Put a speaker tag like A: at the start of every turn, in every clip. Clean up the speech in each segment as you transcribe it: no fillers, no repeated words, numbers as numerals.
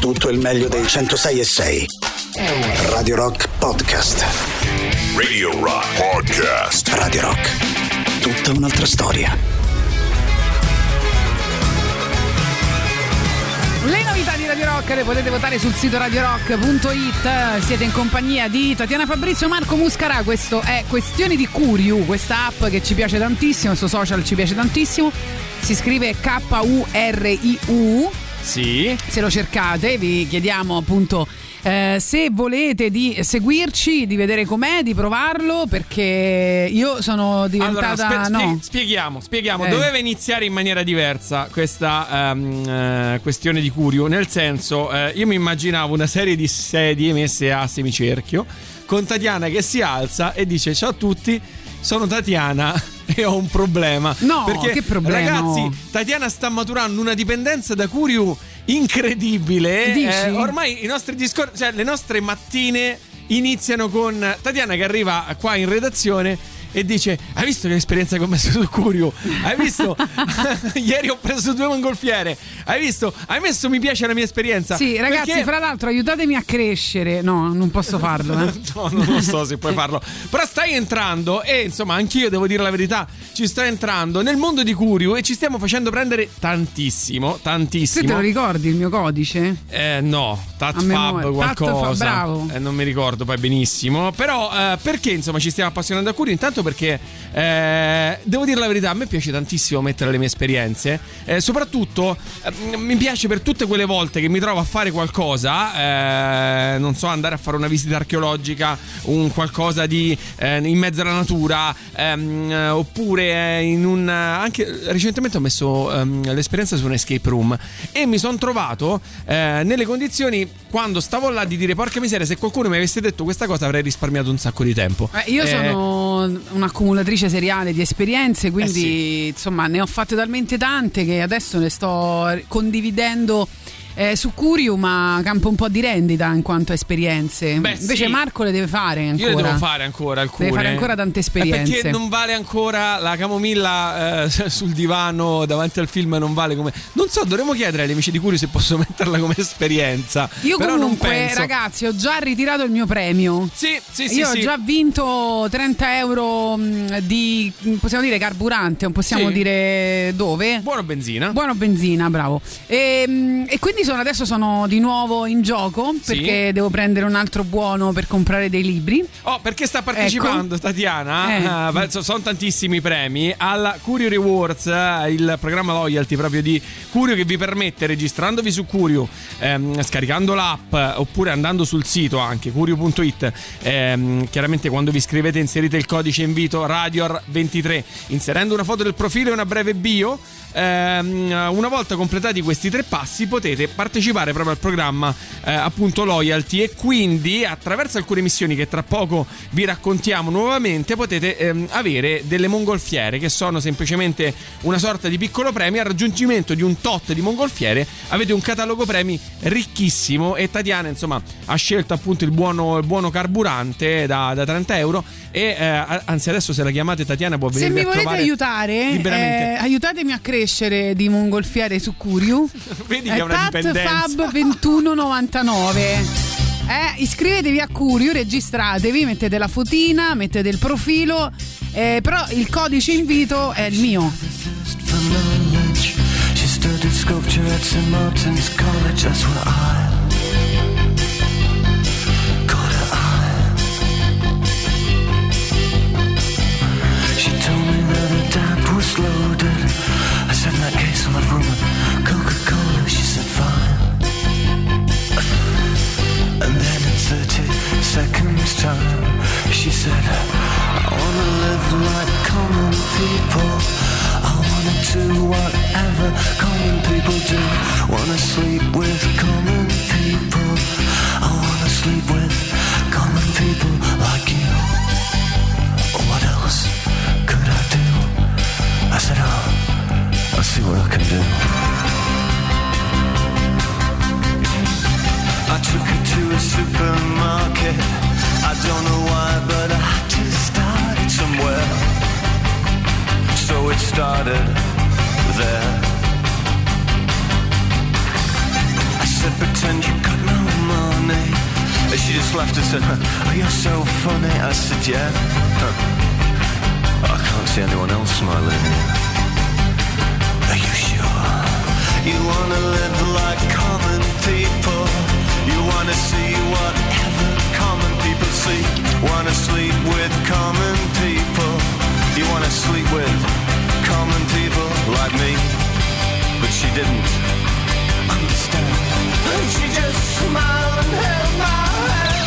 A: tutto il meglio dei 106.6. Radio Rock Podcast.
B: Radio Rock Podcast.
A: Radio Rock. Tutta un'altra storia.
C: Le novità di Radio Rock le potete votare sul sito radiorock.it. Siete in compagnia di Tatiana Fabrizio e Marco Muscarà. Questo è Questioni di Curiu, questa app che ci piace tantissimo, questo social ci piace tantissimo. Si scrive K-U-R-I-U.
D: Sì.
C: Se lo cercate vi chiediamo appunto se volete di seguirci, di vedere com'è, di provarlo, perché io sono diventata
D: spieghiamo doveva iniziare in maniera diversa questa questione di Curiu, nel senso io mi immaginavo una serie di sedie messe a semicerchio con Tatiana che si alza e dice: ciao a tutti, sono Tatiana e ho un problema.
C: No,
D: perché
C: che problema?
D: Ragazzi, Tatiana sta maturando una dipendenza da Curiu incredibile. Ormai i nostri discorsi, cioè le nostre mattine iniziano con Tatiana che arriva qua in redazione e dice: hai visto che esperienza che ho messo su Curiu? Hai visto? Ieri ho preso 2 mongolfiere. Hai visto? Hai messo mi piace alla mia esperienza.
C: Sì, ragazzi, perché... fra l'altro aiutatemi a crescere. No, non posso farlo.
D: No, non lo so se puoi farlo. Però stai entrando, e insomma anch'io devo dire la verità, ci sto entrando nel mondo di Curiu e ci stiamo facendo prendere tantissimo.
C: Se te lo ricordi il mio codice?
D: No, TatFab qualcosa.
C: Bravo.
D: Non mi ricordo poi benissimo. Però perché insomma ci stiamo appassionando a Curiu? Intanto perché devo dire la verità, a me piace tantissimo mettere le mie esperienze, soprattutto mi piace per tutte quelle volte che mi trovo a fare qualcosa, non so, andare a fare una visita archeologica, un qualcosa di in mezzo alla natura, oppure anche recentemente ho messo l'esperienza su un escape room e mi sono trovato nelle condizioni, quando stavo là, di dire: porca miseria, se qualcuno mi avesse detto questa cosa avrei risparmiato un sacco di tempo.
C: Io sono un'accumulatrice seriale di esperienze, quindi sì, insomma ne ho fatte talmente tante che adesso le sto condividendo su Curiu, ma campo un po' di rendita in quanto a esperienze. Invece sì, Marco le deve fare ancora.
D: Io le devo fare ancora alcune.
C: Deve fare ancora tante esperienze.
D: Perché non vale ancora la camomilla sul divano davanti al film, non vale come... Non so, dovremmo chiedere agli amici di Curiu se posso metterla come esperienza.
C: Io
D: però
C: comunque,
D: non penso.
C: Ragazzi, ho già ritirato il mio premio.
D: Sì.
C: Io ho già vinto 30 euro di, possiamo dire, carburante, non possiamo dire dove.
D: Buono benzina,
C: bravo. E quindi adesso sono di nuovo in gioco, perché devo prendere un altro buono per comprare dei libri.
D: Perché sta partecipando, ecco. Tatiana, sono tantissimi premi alla Curiu Rewards, il programma loyalty proprio di Curiu, che vi permette, registrandovi su Curiu, scaricando l'app oppure andando sul sito anche curiu.it, chiaramente quando vi iscrivete inserite il codice invito RADIOR23, inserendo una foto del profilo e una breve bio. Una volta completati questi 3 passi potete partecipare proprio al programma appunto loyalty, e quindi attraverso alcune missioni che tra poco vi raccontiamo nuovamente potete avere delle mongolfiere, che sono semplicemente una sorta di piccolo premio. Al raggiungimento di un tot di mongolfiere avete un catalogo premi ricchissimo, e Tatiana insomma ha scelto appunto il buono carburante da 30 euro, e anzi adesso se la chiamate Tatiana può venire a trovare.
C: Se mi volete aiutare, aiutatemi a crescere di mongolfiere su Curiu.
D: Vedi che è una dipendenza.
C: TatFab 2199. Iscrivetevi a Curiu, registratevi, mettete la fotina, mettete il profilo, però il codice invito è il mio. She studied sculpture at St. Martin's College, that's where I caught her eye. She told me that her dad was loaded. I said, in that case I'll have rum and Coca-Cola. She said fine. And then in 30 seconds time she said, I wanna live like common people. I wanna do whatever common people do. Wanna sleep with common people. I wanna sleep with common people like you. What else could I do? I said, I'll see what I can do. I took her to a supermarket. I don't know why, but I had to start it somewhere. So it started there. I said, pretend you got no money. And she just laughed and said, oh, you're so funny. I said, yeah. I can't see anyone else smiling. Are you sure? You wanna live like common people. You wanna see whatever common people see. Wanna sleep with common people. You wanna sleep with common people like me. But she didn't understand. And she just smiled and held my hand.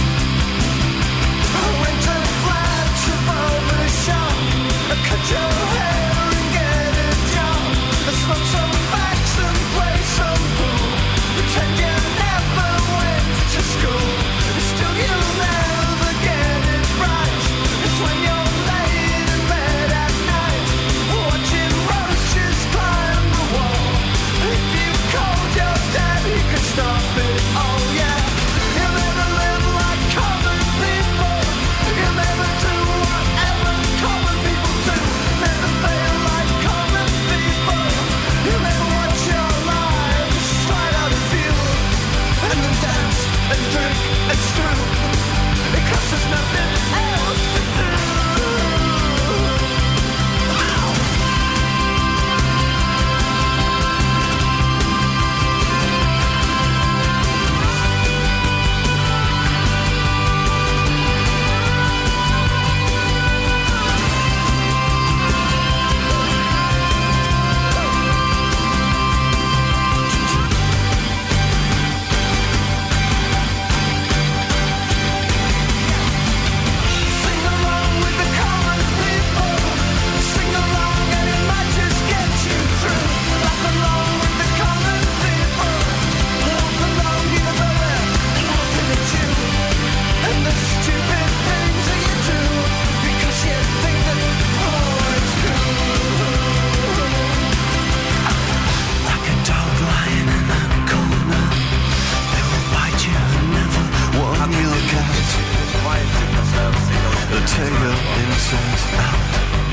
C: I went to flat above the shop. I cut your hair and get a job. I smoke some facts and play some pool. Pretend you never went to school. Still you'll never get it right. It's when you're laid in bed at night, watching roaches climb the wall. If you called your dad, he could stop it. Oh yeah. You'll never live like common people. You'll never do whatever common people do. Never fail like common people. You'll never watch your lives slide out of view. And then dance and drink and screw. Because there's nothing else to do. Sing along with the common people. Sing along and it might just get you through. Laugh along with the common people. Laugh along even though they're laughing at you. And the stupid things that you do. Because you think that, oh, it's cool. Like a dog lying in a corner. They will bite you and never warn you again. They'll tear your insides out.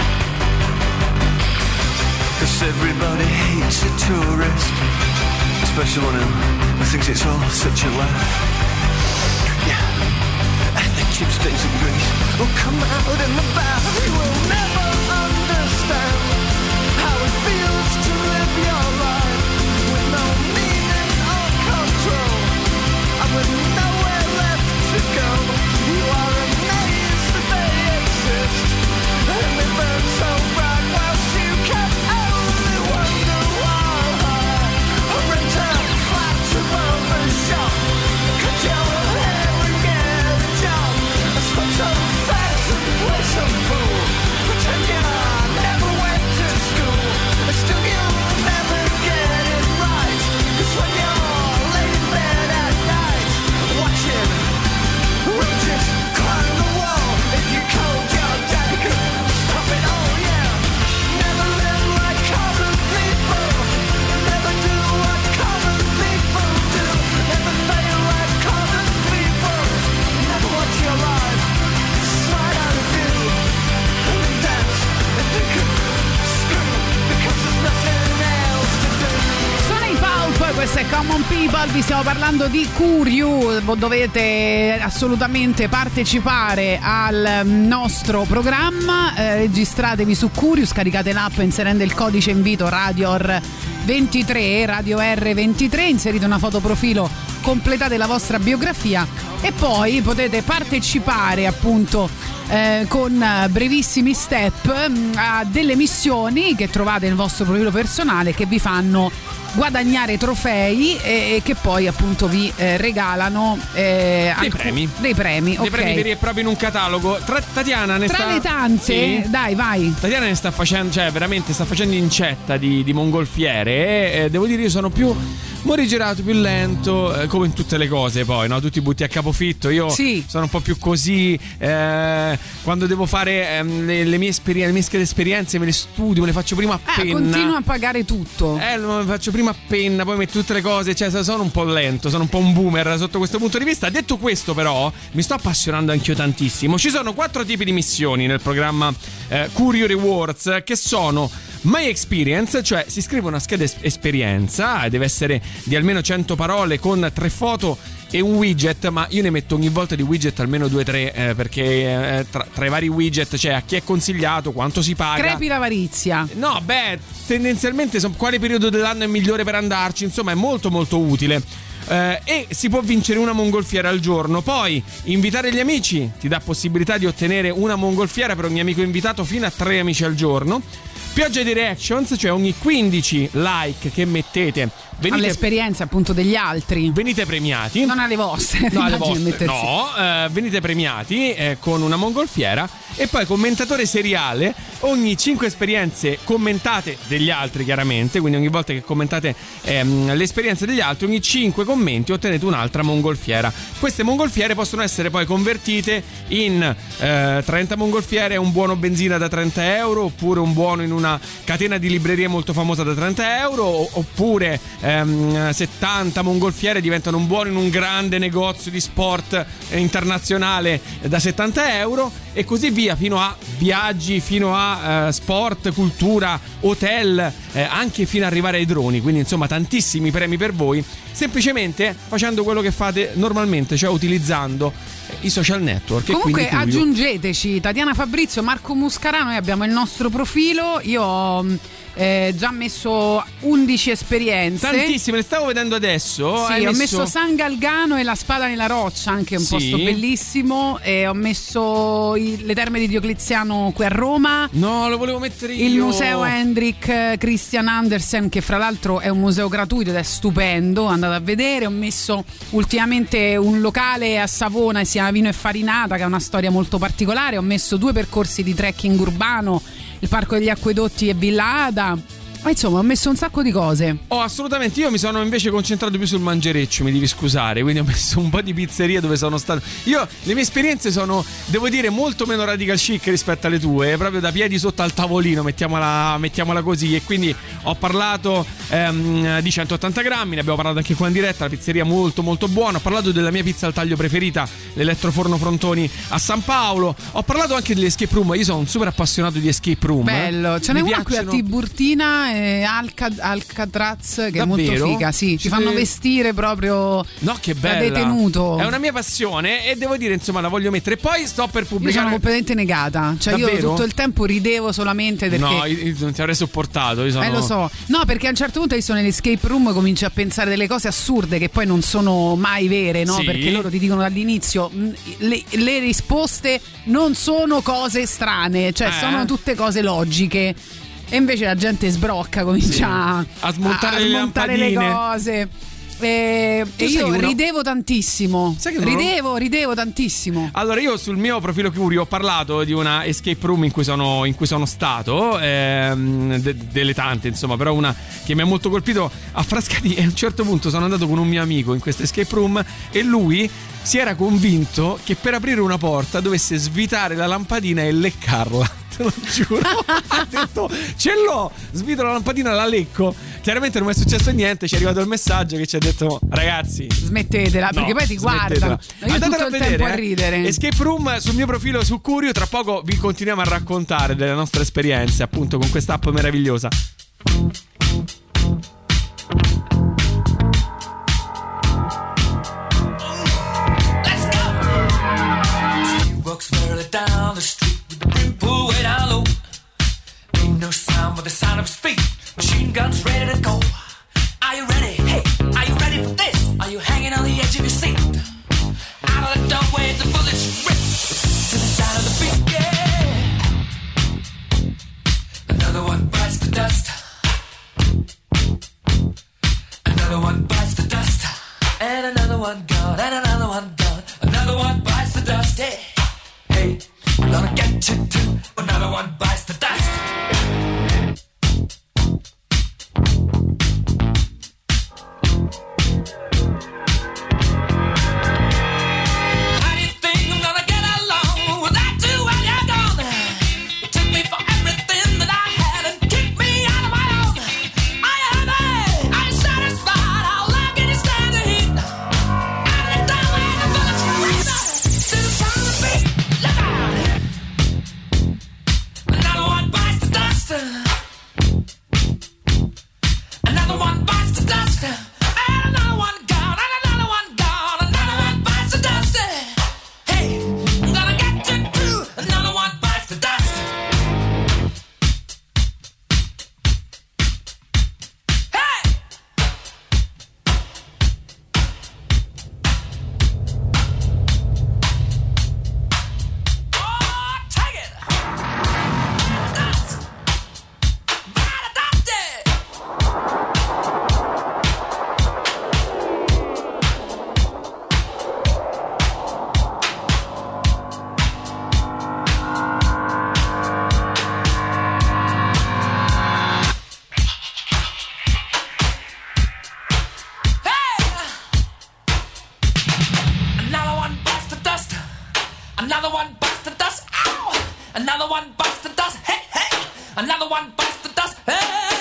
C: 'Cause everybody hates a tourist, especially one who thinks it's all such a laugh. Yeah, and the cheap stains of Greece will come out in the bath. You will never understand how it feels to live your life with no meaning or control, and with nowhere left to go. You are amazed that they exist, and they burn so bright whilst you can only wonder why. Rent a flat above the shop, cut your hair and get a job. Smoke some facts and play some pool. Pretend you never went to school. Still you'll never get it right. 'Cause when you're laid in bed at night, watching roaches climb the wall. If you called your dad, he could stop it. Oh yeah. Never live like common people. Never do what common people do. Never fail like common people. Never watch your life slide out of view. And then dance and think and screw. Because there's nothing else to do.
E: Sono i Pulp, questo è Common People, vi stiamo parlando di Curio, dovete assolutamente partecipare al nostro programma, registratevi su Curio, scaricate l'app inserendo il codice invito Radio R23, inserite una foto profilo, completate la vostra biografia e poi potete partecipare appunto con brevissimi step a delle missioni che trovate nel vostro profilo personale che vi fanno guadagnare trofei e che poi appunto vi regalano dei premi, okay.
D: Veri e propri in un catalogo. Tatiana ne
E: tra le tante, sì. Dai, vai.
D: Tatiana ne sta facendo, cioè veramente sta facendo incetta di mongolfiere e devo dire io sono più morigerato, più lento, come in tutte le cose poi, no? Tu ti butti a capofitto, io sono un po' più così, quando devo fare le mie esperienze me le studio, me le faccio prima a penna.
E: Continuo a pagare tutto.
D: Lo faccio prima a penna, poi metto tutte le cose, cioè sono un po' lento, sono un po' un boomer sotto questo punto di vista. Detto questo però, mi sto appassionando anch'io tantissimo. Ci sono 4 tipi di missioni nel programma Curio Rewards che sono My Experience, cioè si scrive una scheda esperienza, deve essere di almeno 100 parole con 3 foto e un widget, ma io ne metto ogni volta di widget almeno 2-3 perché tra i vari widget c'è a chi è consigliato, quanto si paga.
E: Crepi l'avarizia.
D: No, beh, tendenzialmente quale periodo dell'anno è migliore per andarci, insomma è molto molto utile. E si può vincere una mongolfiera al giorno. Poi invitare gli amici ti dà possibilità di ottenere una mongolfiera per ogni amico invitato fino a 3 amici al giorno. Pioggia di reactions, cioè ogni 15 like che mettete
E: all'esperienza appunto degli altri,
D: venite premiati.
E: Non alle vostre.
D: No, alle vostre no, venite premiati con una mongolfiera. E poi commentatore seriale, ogni 5 esperienze commentate degli altri, chiaramente, quindi ogni volta che commentate le esperienze degli altri, ogni 5 commenti ottenete un'altra mongolfiera. Queste mongolfiere possono essere poi convertite in 30 mongolfiere, un buono benzina da 30 euro, oppure un buono in una catena di librerie molto famosa da 30 euro, oppure 70 mongolfiere diventano un buono in un grande negozio di sport internazionale da 70 euro, e così via, fino a viaggi, fino a sport, cultura, hotel, anche fino ad arrivare ai droni. Quindi insomma tantissimi premi per voi, semplicemente facendo quello che fate normalmente, cioè utilizzando i social network.
E: Comunque aggiungeteci Tatiana Fabrizio, Marco Muscarà, noi abbiamo il nostro profilo. Io ho già messo 11 esperienze,
D: tantissime, le stavo vedendo adesso.
E: Sì, ho messo San Galgano e la Spada nella Roccia, anche un posto bellissimo, e ho messo le terme di Diocleziano qui a Roma.
D: No, lo volevo mettere io.
E: Il museo Hendrik Christian Andersen, che fra l'altro è un museo gratuito ed è stupendo, andate a vedere. Ho messo ultimamente un locale a Savona che si chiama Vino e Farinata, che ha una storia molto particolare. Ho messo 2 percorsi di trekking urbano, il Parco degli Acquedotti e Villa Ada. Insomma, ho messo un sacco di cose.
D: Assolutamente. Io mi sono invece concentrato più sul mangereccio, mi devi scusare. Quindi ho messo un po' di pizzeria dove sono stato. Io, le mie esperienze sono, devo dire, molto meno radical chic rispetto alle tue, proprio da piedi sotto al tavolino, mettiamola così. E quindi ho parlato di 180 grammi, ne abbiamo parlato anche qua in diretta. La pizzeria molto molto buona. Ho parlato della mia pizza al taglio preferita, l'Elettroforno Frontoni a San Paolo. Ho parlato anche degli escape room. Io sono un super appassionato di escape room.
E: Bello, ce n'è una qui a Tiburtina, Alcatraz, che
D: davvero?
E: È molto figa, sì, ci fanno vestire proprio.
D: No, che bella.
E: Da detenuto.
D: È una mia passione e devo dire, insomma, la voglio mettere. Poi sto per pubblicare.
E: Io sono completamente negata, cioè davvero? Io tutto il tempo ridevo solamente perché
D: io non ti avrei sopportato. Io sono...
E: lo so. No, perché a un certo punto io sono nell'escape room, cominci a pensare delle cose assurde che poi non sono mai vere, no?
D: Sì.
E: Perché loro ti dicono dall'inizio le risposte non sono cose strane, cioè sono tutte cose logiche. E invece la gente sbrocca, comincia a smontare le cose. E io ridevo tantissimo. Ridevo tantissimo.
D: Allora, io sul mio profilo Curio ho parlato di una escape room in cui sono stato, delle tante, insomma, però una che mi ha molto colpito a Frascati. E a un certo punto sono andato con un mio amico in questa escape room e lui si era convinto che per aprire una porta dovesse svitare la lampadina e leccarla. Te lo giuro. Ha detto ce l'ho, svito la lampadina, la lecco. Chiaramente non è successo niente. Ci è arrivato il messaggio che ci ha detto ragazzi,
E: smettetela, perché poi ti guardano. Io
D: andate
E: tutto
D: a
E: il
D: vedere,
E: tempo a ridere.
D: Escape room sul mio profilo su Curio. Tra poco vi continuiamo a raccontare delle nostre esperienze, appunto, con questa app meravigliosa.
C: Down the street with the brim pulled way down low. Ain't no sound but the sound of his feet. Machine guns ready to go. Are you ready? Hey, are you ready for this? Are you hanging on the edge of your seat? Out of the doorway, the bullets rip to the sound of the beat. Yeah. Another one bites the dust. Another one bites the dust. And another one gone. And another one gone. Another one bites the dust. Yeah. Hey, I'm gonna get you too. Another one bites the dust. How do you think I'm gonna get along without you when you're gone? You took me for everything that I had and kicked me out of my own. Are you happy? Are you satisfied? How long can you stand the heat? Out of the doorway, the bullets race to the sound of the beat. Look out! Another
F: Another one bites the dust. Ow! Another one bites the dust. Hey, hey! Another one bites the dust. Hey!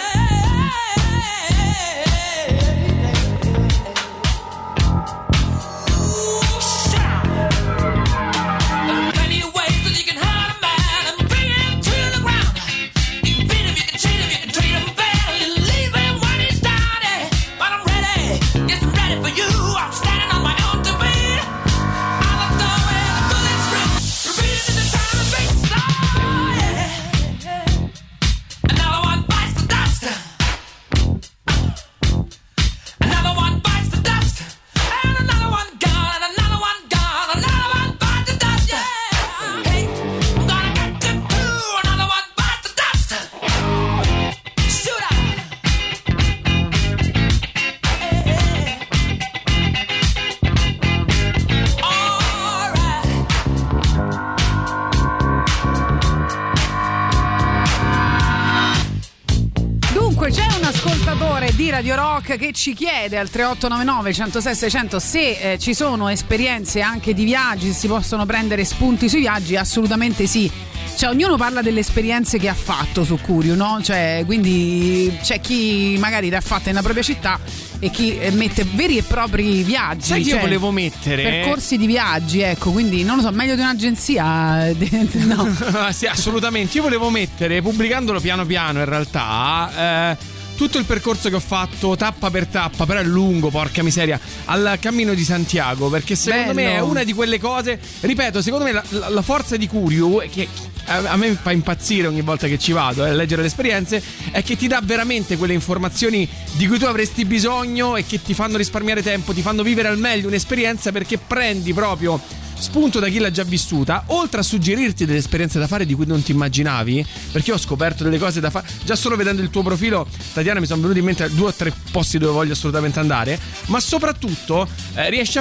E: di Radio Rock che ci chiede al 3899 106 600 se ci sono esperienze anche di viaggi, se si possono prendere spunti sui viaggi. Assolutamente sì. Cioè, ognuno parla delle esperienze che ha fatto su Curio, no? Cioè, quindi c'è chi magari le ha fatte nella propria città e chi mette veri e propri viaggi.
D: Sai che io volevo mettere
E: percorsi di viaggi, ecco, quindi non lo so, meglio di un'agenzia. No.
D: Sì, assolutamente. Io volevo mettere, pubblicandolo piano piano in realtà, tutto il percorso che ho fatto tappa per tappa, però è lungo, porca miseria, al Cammino di Santiago, perché secondo me è una di quelle cose, ripeto, secondo me la forza di Curio, che a me fa impazzire ogni volta che ci vado a leggere le esperienze, è che ti dà veramente quelle informazioni di cui tu avresti bisogno e che ti fanno risparmiare tempo, ti fanno vivere al meglio un'esperienza, perché prendi proprio spunto da chi l'ha già vissuta, oltre a suggerirti delle esperienze da fare di cui non ti immaginavi, perché io ho scoperto delle cose da fare già solo vedendo il tuo profilo, Tatiana, mi sono venuti in mente 2 o 3 posti dove voglio assolutamente andare, ma soprattutto riesci a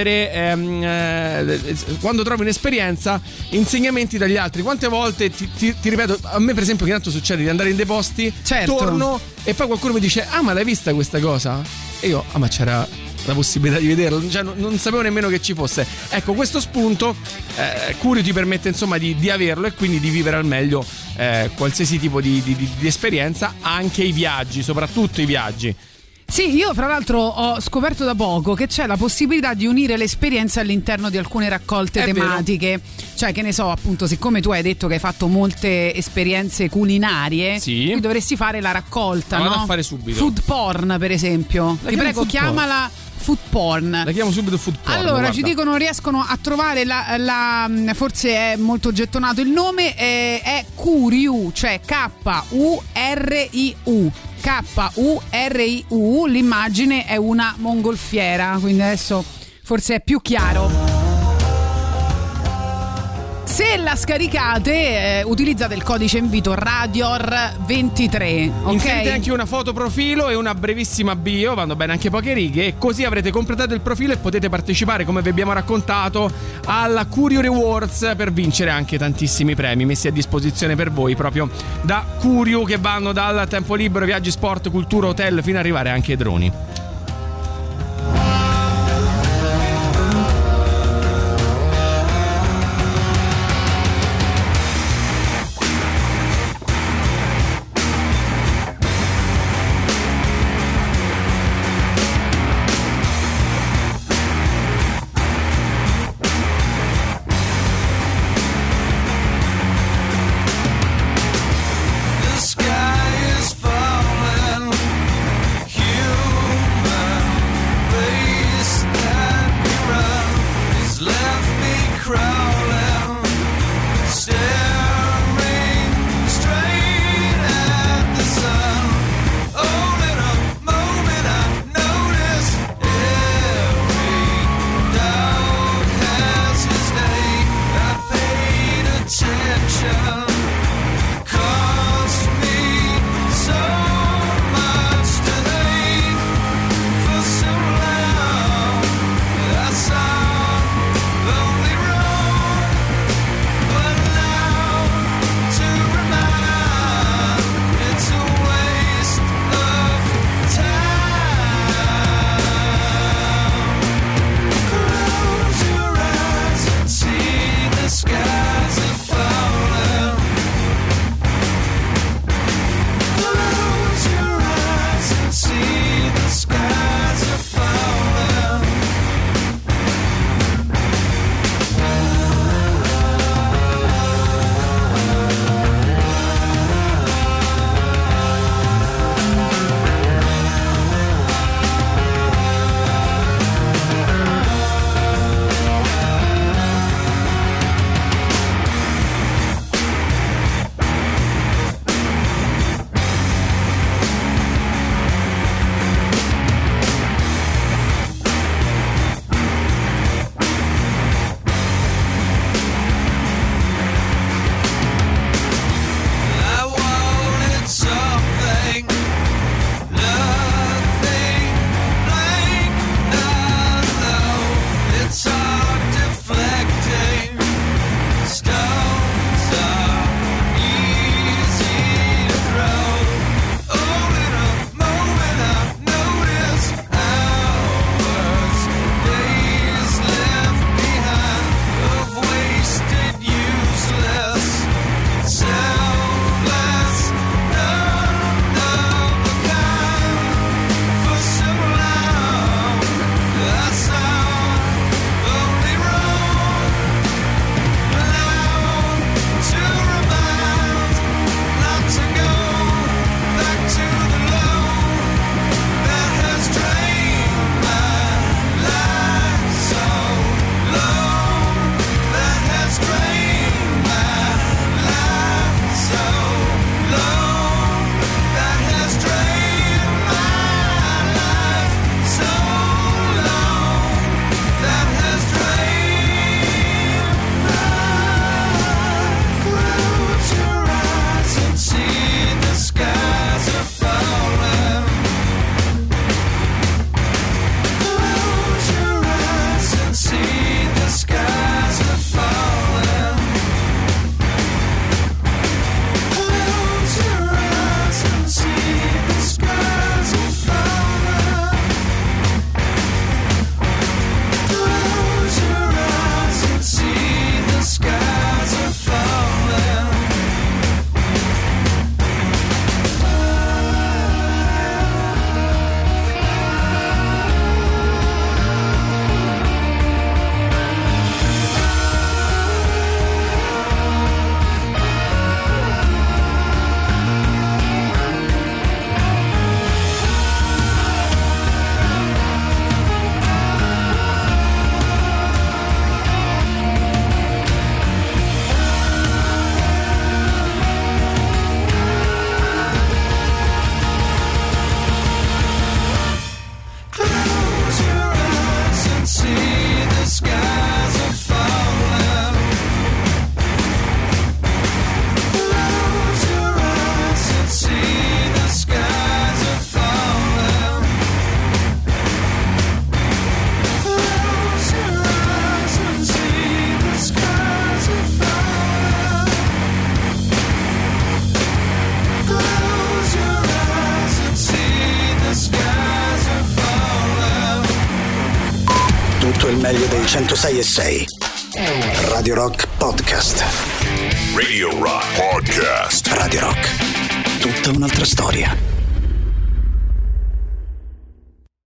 D: prendere quando trovi un'esperienza insegnamenti dagli altri. Quante volte ti ripeto, a me per esempio che tanto succede di andare in dei posti,
E: certo,
D: torno e poi qualcuno mi dice: ah, ma l'hai vista questa cosa? E io: ah, ma c'era la possibilità di vederlo, cioè, non sapevo nemmeno che ci fosse. Ecco, questo spunto Curio ti permette insomma di averlo e quindi di vivere al meglio qualsiasi tipo di esperienza, anche i viaggi, soprattutto i viaggi.
E: Sì, io fra l'altro ho scoperto da poco che c'è la possibilità di unire le esperienze all'interno di alcune raccolte tematiche. Vero. Cioè, che ne so, appunto, siccome tu hai detto che hai fatto molte esperienze culinarie,
D: sì,
E: qui dovresti fare la raccolta,
D: la
E: no?
D: vado a fare subito.
E: Food porn, per esempio. Ti prego, chiamala food porn.
D: La chiamo subito food porn.
E: Allora,
D: guarda,
E: ci dicono riescono a trovare forse è molto gettonato il nome, è Curiu, cioè K-U-R-I-U. K-U-R-I-U, l'immagine è una mongolfiera, quindi adesso forse è più chiaro. Se la scaricate, utilizzate il codice invito RADIOR23, ok?
D: Inserite anche una foto profilo e una brevissima bio, vanno bene anche poche righe, e così avrete completato il profilo e potete partecipare, come vi abbiamo raccontato, alla Curio Rewards per vincere anche tantissimi premi messi a disposizione per voi proprio da Curio, che vanno dal tempo libero, viaggi, sport, cultura, hotel, fino ad arrivare anche ai droni.
C: Sky is falling, you
A: meglio dei 106.6. Radio Rock Podcast.
B: Radio Rock Podcast.
A: Radio Rock. Tutta un'altra storia.